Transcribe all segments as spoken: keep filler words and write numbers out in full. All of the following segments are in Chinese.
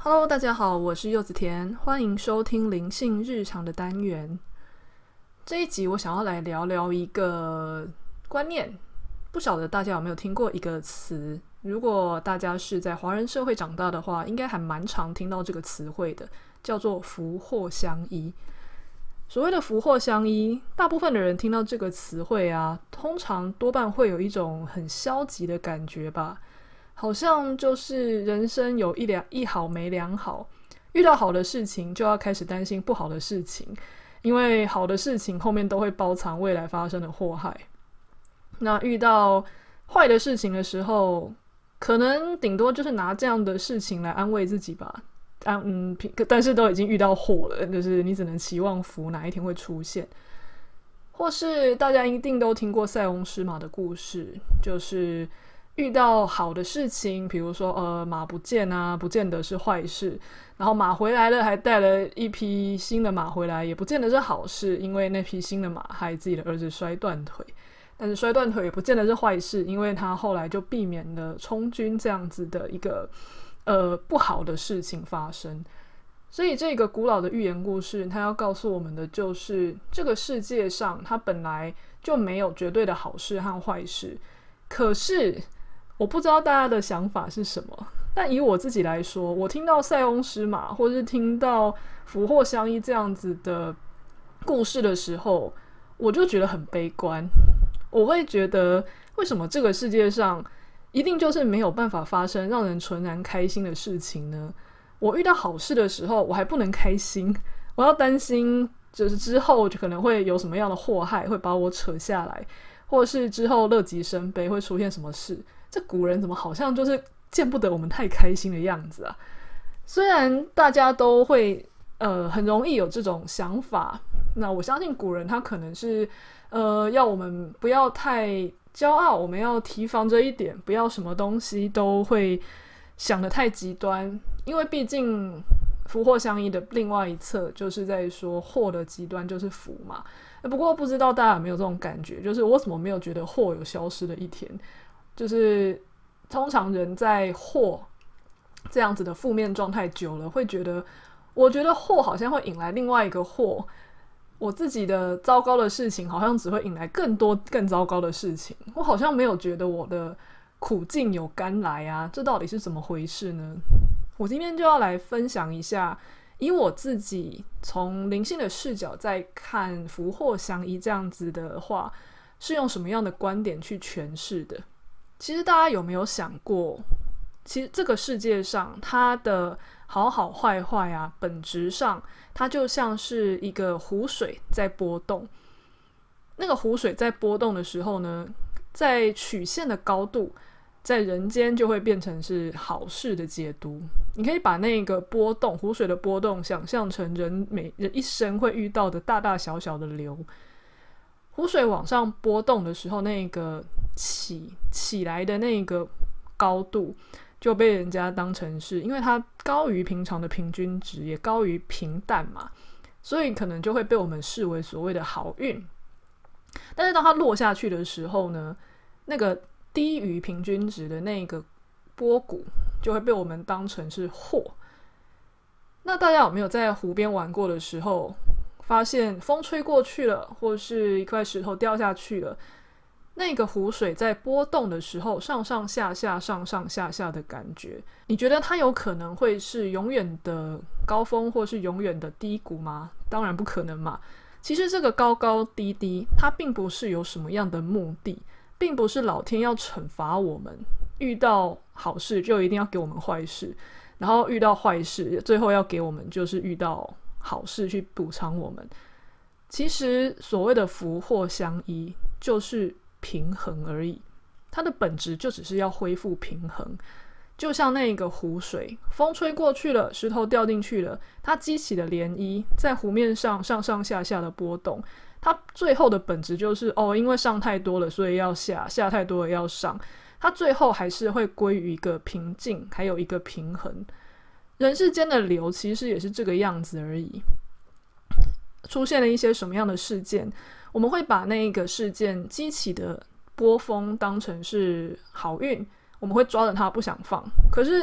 Hello，大家好，我是柚子甜，欢迎收听灵性日常的单元。这一集我想要来聊聊一个观念，不晓得大家有没有听过一个词？如果大家是在华人社会长大的话，应该还蛮常听到这个词汇的，叫做福祸相依。所谓的福祸相依，大部分的人听到这个词汇啊，通常多半会有一种很消极的感觉吧。好像就是人生有一两一好没两好，遇到好的事情就要开始担心不好的事情，因为好的事情后面都会包藏未来发生的祸害。那遇到坏的事情的时候，可能顶多就是拿这样的事情来安慰自己吧。啊嗯，但是都已经遇到祸了，就是你只能期望福哪一天会出现。或是大家一定都听过塞翁失马的故事，就是遇到好的事情，比如说呃马不见啊，不见得是坏事，然后马回来了，还带了一匹新的马回来，也不见得是好事，因为那匹新的马害自己的儿子摔断腿。但是摔断腿也不见得是坏事，因为他后来就避免了充军这样子的一个呃不好的事情发生。所以这个古老的寓言故事，它要告诉我们的就是，这个世界上它本来就没有绝对的好事和坏事。可是我不知道大家的想法是什么，但以我自己来说，我听到塞翁失马或是听到福祸相依这样子的故事的时候，我就觉得很悲观。我会觉得为什么这个世界上一定就是没有办法发生让人纯然开心的事情呢？我遇到好事的时候我还不能开心，我要担心就是之后可能会有什么样的祸害会把我扯下来，或是之后乐极生悲会出现什么事。这古人怎么好像就是见不得我们太开心的样子啊？虽然大家都会呃很容易有这种想法，那我相信古人他可能是呃要我们不要太骄傲，我们要提防着一点，不要什么东西都会想得太极端，因为毕竟福祸相依的另外一侧就是在说祸的极端就是福嘛。不过不知道大家有没有这种感觉，就是我怎么没有觉得祸有消失的一天？就是通常人在祸这样子的负面状态久了，会觉得我觉得祸好像会引来另外一个祸，我自己的糟糕的事情好像只会引来更多更糟糕的事情，我好像没有觉得我的苦尽有甘来啊，这到底是怎么回事呢？我今天就要来分享一下，以我自己从灵性的视角在看福祸相依这样子的话，是用什么样的观点去诠释的。其实大家有没有想过，其实这个世界上它的好好坏坏啊，本质上它就像是一个湖水在波动。那个湖水在波动的时候呢，在曲线的高度，在人间就会变成是好事的解读。你可以把那个波动，湖水的波动想象成人每人一生会遇到的大大小小的流。湖水往上波动的时候，那个起起来的那个高度就被人家当成是，因为它高于平常的平均值，也高于平淡嘛，所以可能就会被我们视为所谓的好运。但是当它落下去的时候呢，那个低于平均值的那个波谷就会被我们当成是祸。那大家有没有在湖边玩过的时候，发现风吹过去了，或是一块石头掉下去了，那个湖水在波动的时候上上下下上上下下的感觉，你觉得它有可能会是永远的高峰或是永远的低谷吗？当然不可能嘛。其实这个高高低低它并不是有什么样的目的，并不是老天要惩罚我们，遇到好事就一定要给我们坏事，然后遇到坏事最后要给我们就是遇到好事去补偿我们。其实所谓的福祸相依就是平衡而已，它的本质就只是要恢复平衡。就像那个湖水，风吹过去了，石头掉进去了，它激起了涟漪，在湖面上上上下下的波动，它最后的本质就是哦，因为上太多了所以要下，下太多了要上，它最后还是会归于一个平静，还有一个平衡。人世间的流其实也是这个样子而已。出现了一些什么样的事件，我们会把那个事件激起的波峰当成是好运，我们会抓着它不想放。可是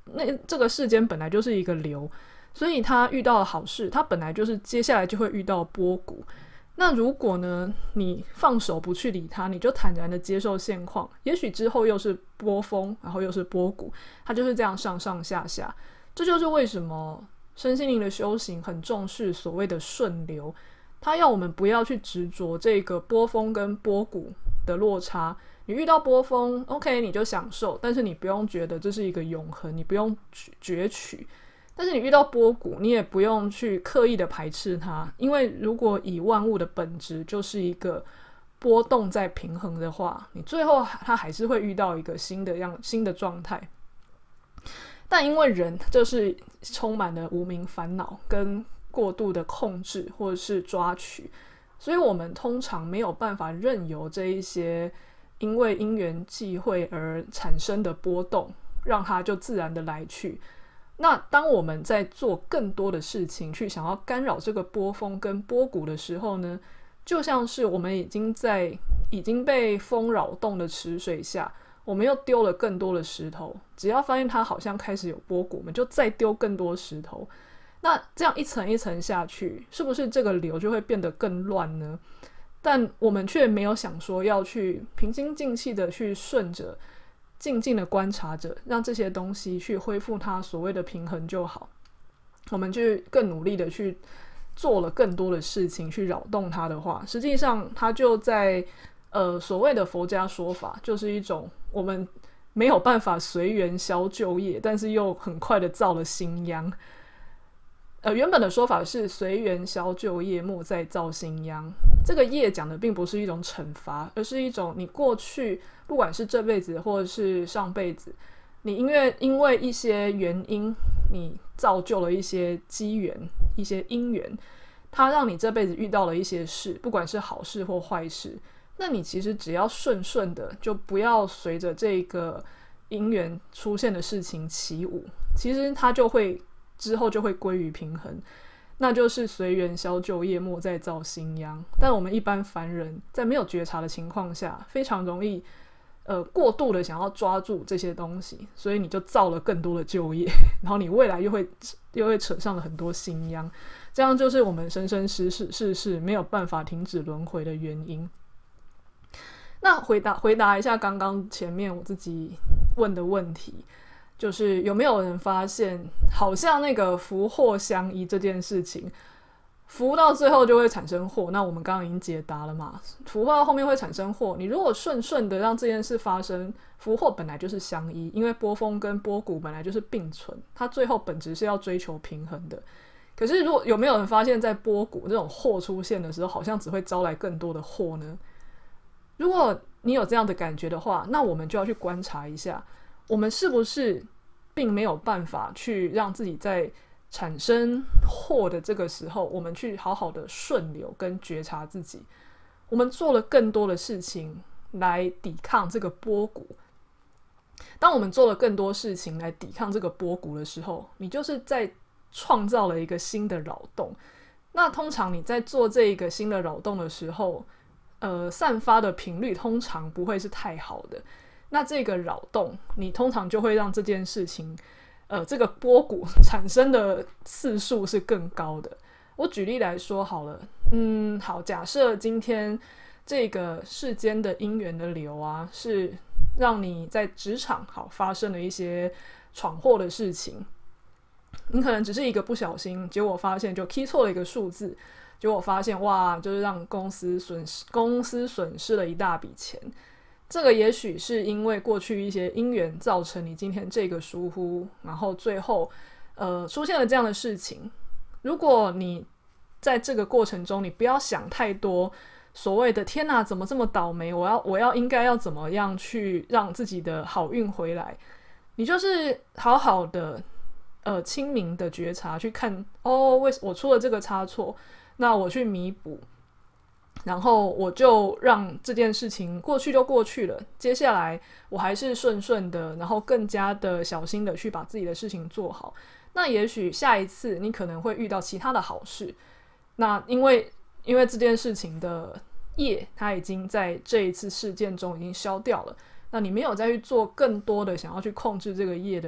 那这个世间本来就是一个流，所以他遇到了好事，他本来就是接下来就会遇到波谷。那如果呢你放手不去理他，你就坦然的接受现况，也许之后又是波峰，然后又是波谷，它就是这样上上下下。这就是为什么身心灵的修行很重视所谓的顺流，他要我们不要去执着这个波峰跟波谷的落差。你遇到波峰 OK 你就享受，但是你不用觉得这是一个永恒，你不用攫取。但是你遇到波谷，你也不用去刻意的排斥它，因为如果以万物的本质就是一个波动在平衡的话，你最后它还是会遇到一个新的样新的状态。但因为人就是充满了无明烦恼跟过度的控制或者是抓取，所以我们通常没有办法任由这一些因为因缘际会而产生的波动让它就自然的来去。那当我们在做更多的事情去想要干扰这个波峰跟波谷的时候呢，就像是我们已经在已经被风扰动的池水下，我们又丢了更多的石头，只要发现它好像开始有波谷，我们就再丢更多石头。那这样一层一层下去，是不是这个流就会变得更乱呢？但我们却没有想说要去平心静气的去顺着静静的观察着，让这些东西去恢复它所谓的平衡就好。我们去更努力的去做了更多的事情去扰动它的话，实际上它就在呃所谓的佛家说法，就是一种我们没有办法随缘消旧业，但是又很快的造了新殃。呃，原本的说法是随缘消旧业，莫再造新殃。这个业讲的并不是一种惩罚，而是一种你过去不管是这辈子或者是上辈子，你因为因为一些原因，你造就了一些机缘，一些因缘，它让你这辈子遇到了一些事，不管是好事或坏事，那你其实只要顺顺的，就不要随着这个因缘出现的事情起舞，其实它就会之后就会归于平衡，那就是随缘消旧业，莫再造新殃。但我们一般凡人在没有觉察的情况下，非常容易呃过度的想要抓住这些东西，所以你就造了更多的旧业，然后你未来又会又会扯上了很多新殃，这样就是我们生生世世世世没有办法停止轮回的原因。那回答回答一下刚刚前面我自己问的问题，就是有没有人发现好像那个福祸相依这件事情，福到最后就会产生祸，那我们刚刚已经解答了嘛，福到后面会产生祸，你如果顺顺的让这件事发生，福祸本来就是相依，因为波峰跟波谷本来就是并存，它最后本质是要追求平衡的。可是如果有没有人发现在波谷这种祸出现的时候，好像只会招来更多的祸呢？如果你有这样的感觉的话，那我们就要去观察一下，我们是不是并没有办法去让自己在产生祸的这个时候，我们去好好的顺流跟觉察自己，我们做了更多的事情来抵抗这个波谷。当我们做了更多事情来抵抗这个波谷的时候，你就是在创造了一个新的扰动。那通常你在做这一个新的扰动的时候，呃，散发的频率通常不会是太好的，那这个扰动你通常就会让这件事情呃，这个波谷产生的次数是更高的。我举例来说好了，嗯，好，假设今天这个世间的因缘的流啊，是让你在职场好发生了一些闯祸的事情，你可能只是一个不小心，结果发现就 key 错了一个数字，结果发现哇，就是让公司损失公司损失了一大笔钱。这个也许是因为过去一些因缘造成你今天这个疏忽，然后最后呃出现了这样的事情。如果你在这个过程中，你不要想太多所谓的天哪怎么这么倒霉，我要我要应该要怎么样去让自己的好运回来，你就是好好的呃清明的觉察去看，哦，为我出了这个差错，那我去弥补，然后我就让这件事情过去就过去了，接下来我还是顺顺的，然后更加的小心的去把自己的事情做好。那也许下一次你可能会遇到其他的好事，那因为因为这件事情的业它已经在这一次事件中已经消掉了，那你没有再去做更多的想要去控制这个业的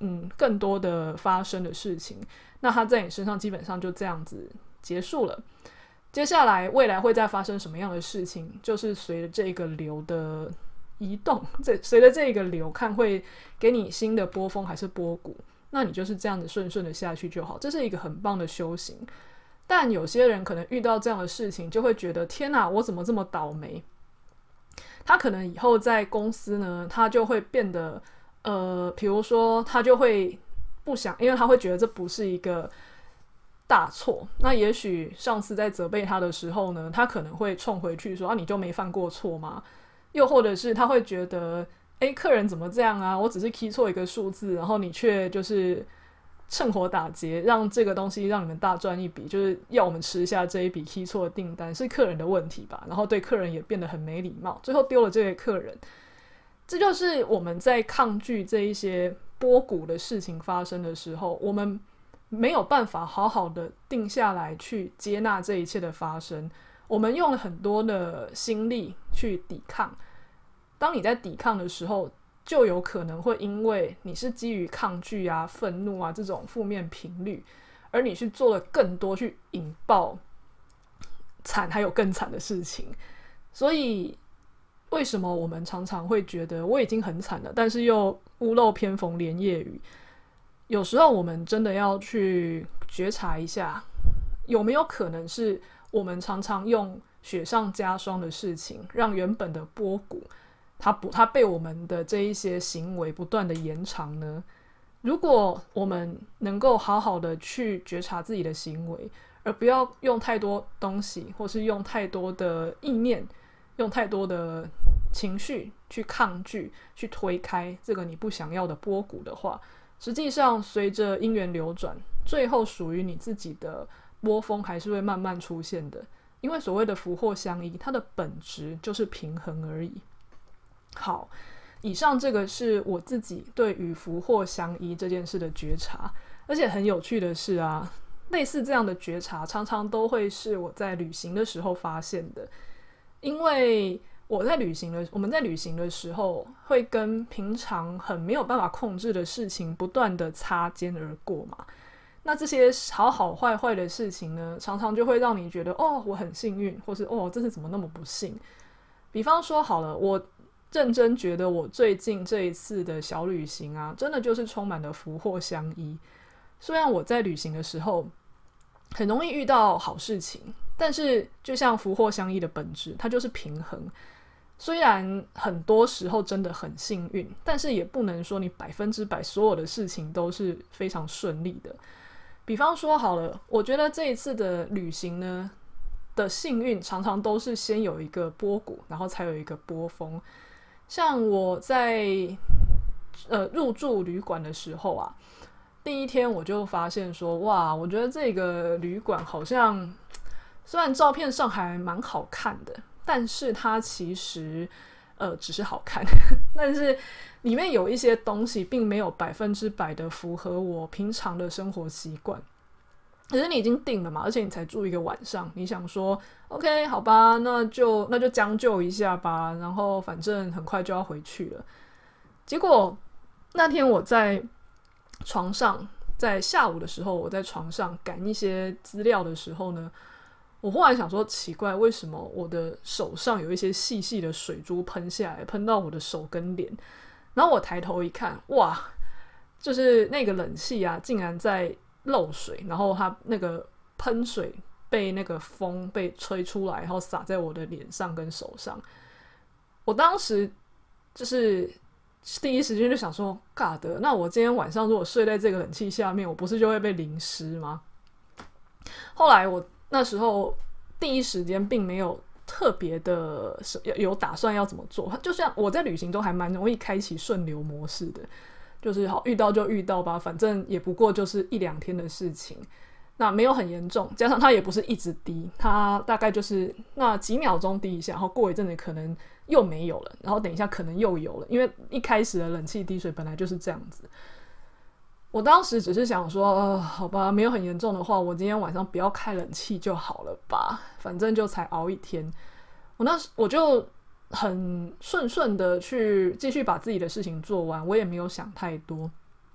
嗯更多的发生的事情，那它在你身上基本上就这样子结束了。接下来未来会再发生什么样的事情，就是随着这个流的移动，随着这个流看会给你新的波峰还是波谷，那你就是这样子顺顺的下去就好，这是一个很棒的修行。但有些人可能遇到这样的事情就会觉得天哪，我怎么这么倒霉，他可能以后在公司呢，他就会变得呃，比如说他就会不想，因为他会觉得这不是一个大错，那也许上司在责备他的时候呢，他可能会冲回去说啊，你就没犯过错吗？又或者是他会觉得诶，客人怎么这样啊，我只是 key 错一个数字，然后你却就是趁火打劫，让这个东西让你们大赚一笔，就是要我们吃下这一笔 key 错的订单，是客人的问题吧，然后对客人也变得很没礼貌，最后丢了这个客人。这就是我们在抗拒这一些波谷的事情发生的时候，我们没有办法好好的定下来去接纳这一切的发生，我们用了很多的心力去抵抗。当你在抵抗的时候，就有可能会因为你是基于抗拒啊、愤怒啊这种负面频率，而你去做了更多去引爆惨还有更惨的事情。所以为什么我们常常会觉得我已经很惨了，但是又屋漏偏逢连夜雨？有时候我们真的要去觉察一下，有没有可能是我们常常用雪上加霜的事情，让原本的波谷它, 不它被我们的这一些行为不断的延长呢？如果我们能够好好的去觉察自己的行为，而不要用太多东西，或是用太多的意念，用太多的情绪去抗拒，去推开这个你不想要的波谷的话，实际上随着因缘流转，最后属于你自己的波峰还是会慢慢出现的。因为所谓的福祸相依，它的本质就是平衡而已。好，以上这个是我自己对于福祸相依这件事的觉察。而且很有趣的是啊，类似这样的觉察常常都会是我在旅行的时候发现的。因为我在旅行的我们在旅行的时候会跟平常很没有办法控制的事情不断的擦肩而过嘛，那这些好好坏坏的事情呢，常常就会让你觉得哦我很幸运，或是哦这是怎么那么不幸。比方说好了，我认真觉得我最近这一次的小旅行啊，真的就是充满了福祸相依。虽然我在旅行的时候很容易遇到好事情，但是就像福祸相依的本质，它就是平衡。虽然很多时候真的很幸运，但是也不能说你百分之百所有的事情都是非常顺利的。比方说好了，我觉得这一次的旅行呢的幸运常常都是先有一个波谷，然后才有一个波峰。像我在呃入住旅馆的时候啊，第一天我就发现说，哇，我觉得这个旅馆好像虽然照片上还蛮好看的，但是它其实呃只是好看但是里面有一些东西并没有百分之百的符合我平常的生活习惯。可是你已经订了嘛，而且你才住一个晚上，你想说 OK 好吧，那就那就将就一下吧，然后反正很快就要回去了。结果那天我在床上，在下午的时候我在床上赶一些资料的时候呢，我忽然想说奇怪，为什么我的手上有一些细细的水珠喷下来，喷到我的手跟脸。然后我抬头一看，哇，就是那个冷气啊竟然在漏水，然后它那个喷水被那个风被吹出来，然后洒在我的脸上跟手上。我当时就是第一时间就想说 God， 那我今天晚上如果睡在这个冷气下面，我不是就会被淋湿吗？后来我那时候第一时间并没有特别的有打算要怎么做，就像我在旅行中还蛮容易开启顺流模式的，就是好遇到就遇到吧，反正也不过就是一两天的事情，那没有很严重，加上它也不是一直滴，它大概就是那几秒钟滴一下，然后过一阵子可能又没有了，然后等一下可能又有了，因为一开始的冷气滴水本来就是这样子。我当时只是想说、呃、好吧，没有很严重的话，我今天晚上不要开冷气就好了吧，反正就才熬一天。我那我就很顺顺的去继续把自己的事情做完，我也没有想太多。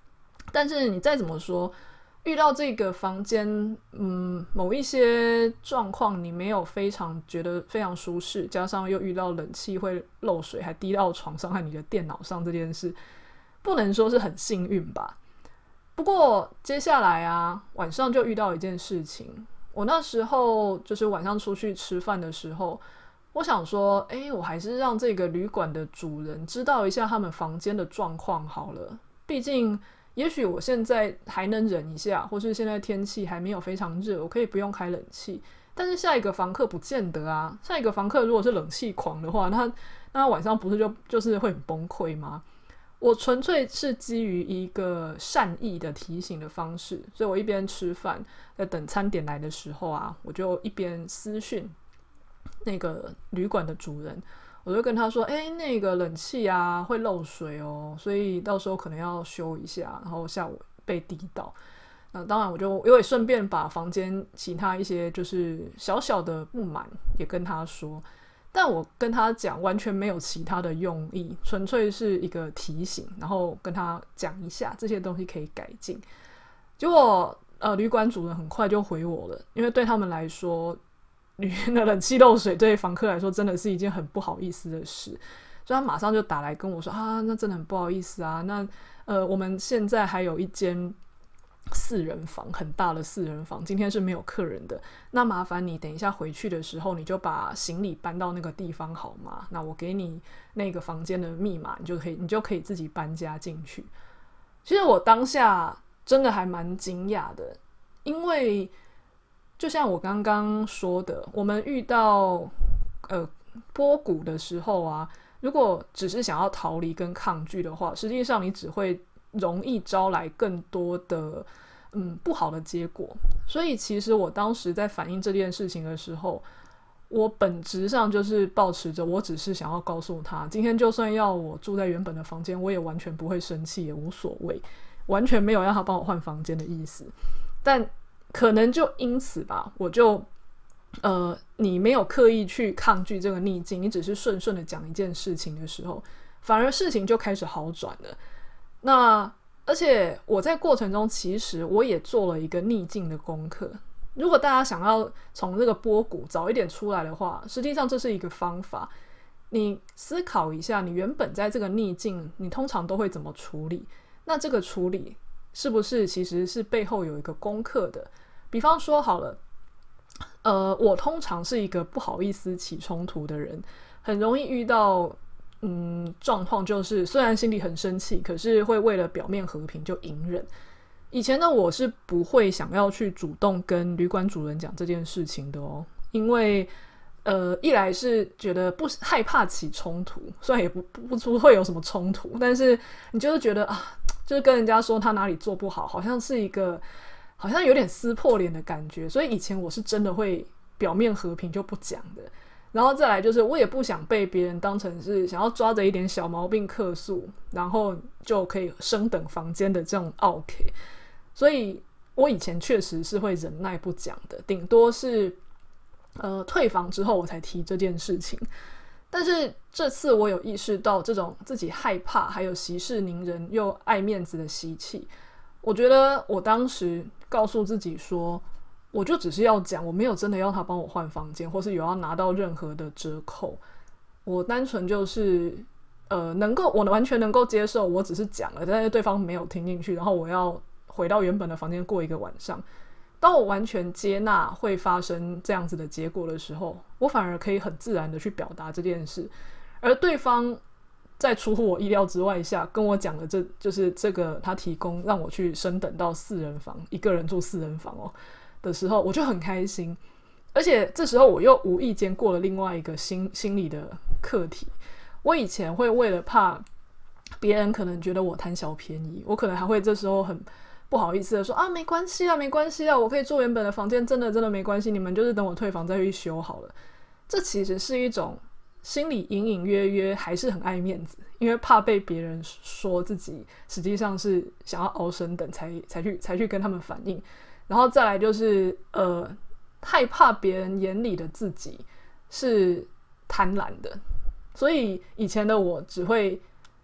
但是你再怎么说，遇到这个房间，嗯，某一些状况你没有非常觉得非常舒适，加上又遇到冷气会漏水，还滴到床上和你的电脑上这件事，不能说是很幸运吧。不过接下来啊，晚上就遇到一件事情。我那时候就是晚上出去吃饭的时候，我想说，诶，我还是让这个旅馆的主人知道一下他们房间的状况好了。毕竟也许我现在还能忍一下，或是现在天气还没有非常热，我可以不用开冷气。但是下一个房客不见得啊，下一个房客如果是冷气狂的话，那那他晚上不是就就是会很崩溃吗？我纯粹是基于一个善意的提醒的方式，所以我一边吃饭，在等餐点来的时候啊，我就一边私讯那个旅馆的主人，我就跟他说，哎，那个冷气啊会漏水哦，所以到时候可能要修一下，然后下午被滴到。那当然我就因为顺便把房间其他一些就是小小的不满也跟他说，但我跟他讲完全没有其他的用意，纯粹是一个提醒，然后跟他讲一下这些东西可以改进。结果呃，旅馆主人很快就回我了，因为对他们来说，旅店的冷气漏水对房客来说真的是一件很不好意思的事，所以他马上就打来跟我说啊，那真的很不好意思啊，那呃，我们现在还有一间四人房，很大的四人房，今天是没有客人的，那麻烦你等一下回去的时候，你就把行李搬到那个地方好吗？那我给你那个房间的密码，你就可以，你就可以自己搬家进去。其实我当下真的还蛮惊讶的，因为就像我刚刚说的，我们遇到呃波谷的时候啊，如果只是想要逃离跟抗拒的话，实际上你只会容易招来更多的嗯不好的结果。所以其实我当时在反映这件事情的时候，我本质上就是抱持着我只是想要告诉他，今天就算要我住在原本的房间，我也完全不会生气，也无所谓，完全没有让他帮我换房间的意思。但可能就因此吧，我就呃，你没有刻意去抗拒这个逆境，你只是顺顺的讲一件事情的时候，反而事情就开始好转了。那而且我在过程中其实我也做了一个逆境的功课，如果大家想要从这个波谷早一点出来的话，实际上这是一个方法。你思考一下，你原本在这个逆境你通常都会怎么处理，那这个处理是不是其实是背后有一个功课的。比方说好了，呃，我通常是一个不好意思起冲突的人，很容易遇到嗯状况，就是虽然心里很生气，可是会为了表面和平就隐忍。以前的我是不会想要去主动跟旅馆主人讲这件事情的哦，因为呃，一来是觉得不害怕起冲突，虽然也不不不会有什么冲突，但是你就是觉得啊，就是跟人家说他哪里做不好，好像是一个好像有点撕破脸的感觉，所以以前我是真的会表面和平就不讲的。然后再来就是我也不想被别人当成是想要抓着一点小毛病客诉，然后就可以升等房间的这种 OK， 所以我以前确实是会忍耐不讲的，顶多是呃退房之后我才提这件事情。但是这次我有意识到这种自己害怕还有息事宁人又爱面子的习气，我觉得我当时告诉自己说，我就只是要讲，我没有真的要他帮我换房间，或是有要拿到任何的折扣，我单纯就是呃能够我完全能够接受，我只是讲了，但是对方没有听进去，然后我要回到原本的房间过一个晚上。当我完全接纳会发生这样子的结果的时候，我反而可以很自然的去表达这件事，而对方在出乎我意料之外下跟我讲了这就是这个他提供让我去升等到四人房，一个人住四人房哦的时候，我就很开心。而且这时候我又无意间过了另外一个心心理的课题。我以前会为了怕别人可能觉得我贪小便宜，我可能还会这时候很不好意思的说啊，没关系啦没关系啦，我可以住原本的房间，真的真的没关系，你们就是等我退房再去修好了。这其实是一种心里隐隐约约还是很爱面子，因为怕被别人说自己实际上是想要熬升等才才去才去跟他们反映。然后再来就是呃害怕别人眼里的自己是贪婪的，所以以前的我只会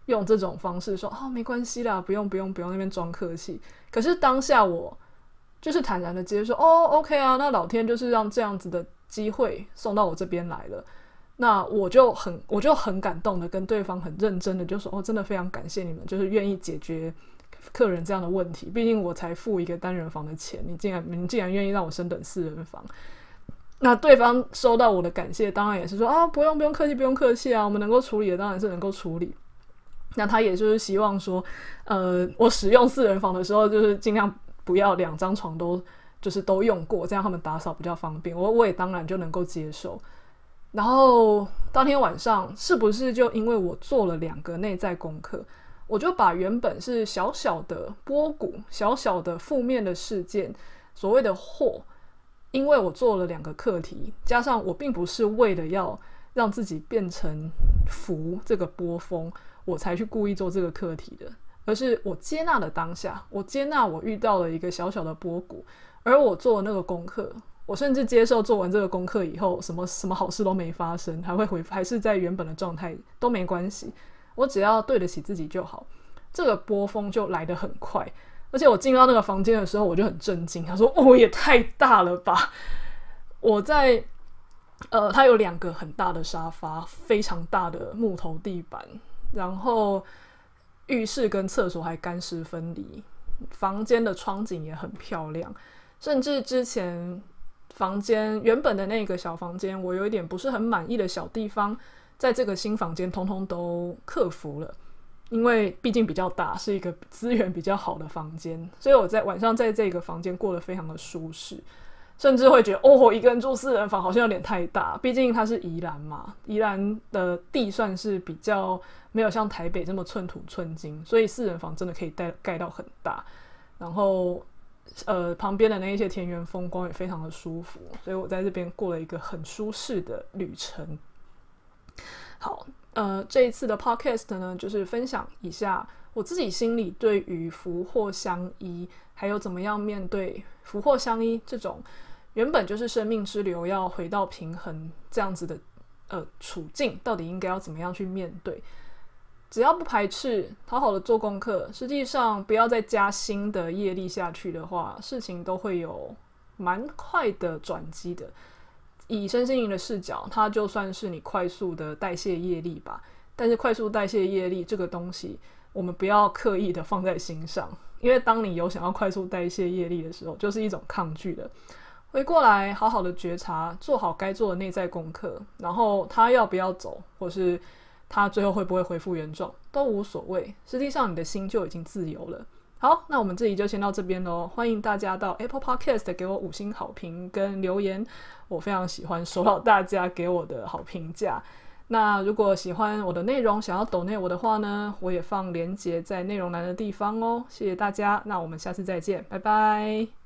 用这种方式说哦没关系啦，不用不用不用，那边装客气。可是当下我就是坦然的接受，哦 OK 啊，那老天就是让这样子的机会送到我这边来了，那我就很我就很感动的跟对方很认真的就说，哦真的非常感谢你们，就是愿意解决客人这样的问题，毕竟我才付一个单人房的钱，你竟然你竟然愿意让我升等四人房。那对方收到我的感谢当然也是说啊不用不用客气不用客气啊，我们能够处理的当然是能够处理。那他也就是希望说呃，我使用四人房的时候就是尽量不要两张床都就是都用过，这样他们打扫比较方便，我我也当然就能够接受。然后当天晚上是不是就因为我做了两个内在功课，我就把原本是小小的波谷小小的负面的事件所谓的祸，因为我做了两个课题，加上我并不是为了要让自己变成福这个波峰我才去故意做这个课题的，而是我接纳了当下，我接纳我遇到了一个小小的波谷，而我做的那个功课，我甚至接受做完这个功课以后什么什么好事都没发生，还会回还是在原本的状态都没关系，我只要对得起自己就好，这个波峰就来得很快。而且我进到那个房间的时候我就很震惊，他说哦也太大了吧，我在呃，它有两个很大的沙发，非常大的木头地板，然后浴室跟厕所还干湿分离，房间的窗景也很漂亮，甚至之前房间原本的那个小房间我有一点不是很满意的小地方，在这个新房间通通都克服了，因为毕竟比较大，是一个资源比较好的房间，所以我在晚上在这个房间过得非常的舒适，甚至会觉得哦，一个人住四人房好像有点太大，毕竟它是宜兰嘛，宜兰的地算是比较没有像台北这么寸土寸金，所以四人房真的可以盖盖到很大，然后呃旁边的那一些田园风光也非常的舒服，所以我在这边过了一个很舒适的旅程。好，呃，这一次的 podcast 呢，就是分享一下我自己心里对于福祸相依，还有怎么样面对福祸相依这种原本就是生命之流要回到平衡这样子的呃处境，到底应该要怎么样去面对。只要不排斥，好好的做功课，实际上不要再加新的业力下去的话，事情都会有蛮快的转机的。以身心灵的视角，它就算是你快速的代谢业力吧，但是快速代谢业力这个东西我们不要刻意的放在心上，因为当你有想要快速代谢业力的时候，就是一种抗拒的。回过来好好的觉察，做好该做的内在功课，然后它要不要走，或是它最后会不会恢复原状都无所谓，实际上你的心就已经自由了。好，那我们这集就先到这边咯，欢迎大家到 Apple Podcast 给我五星好评跟留言，我非常喜欢收到大家给我的好评价。那如果喜欢我的内容，想要抖内我的话呢，我也放连结在内容栏的地方哦。谢谢大家，那我们下次再见，拜拜。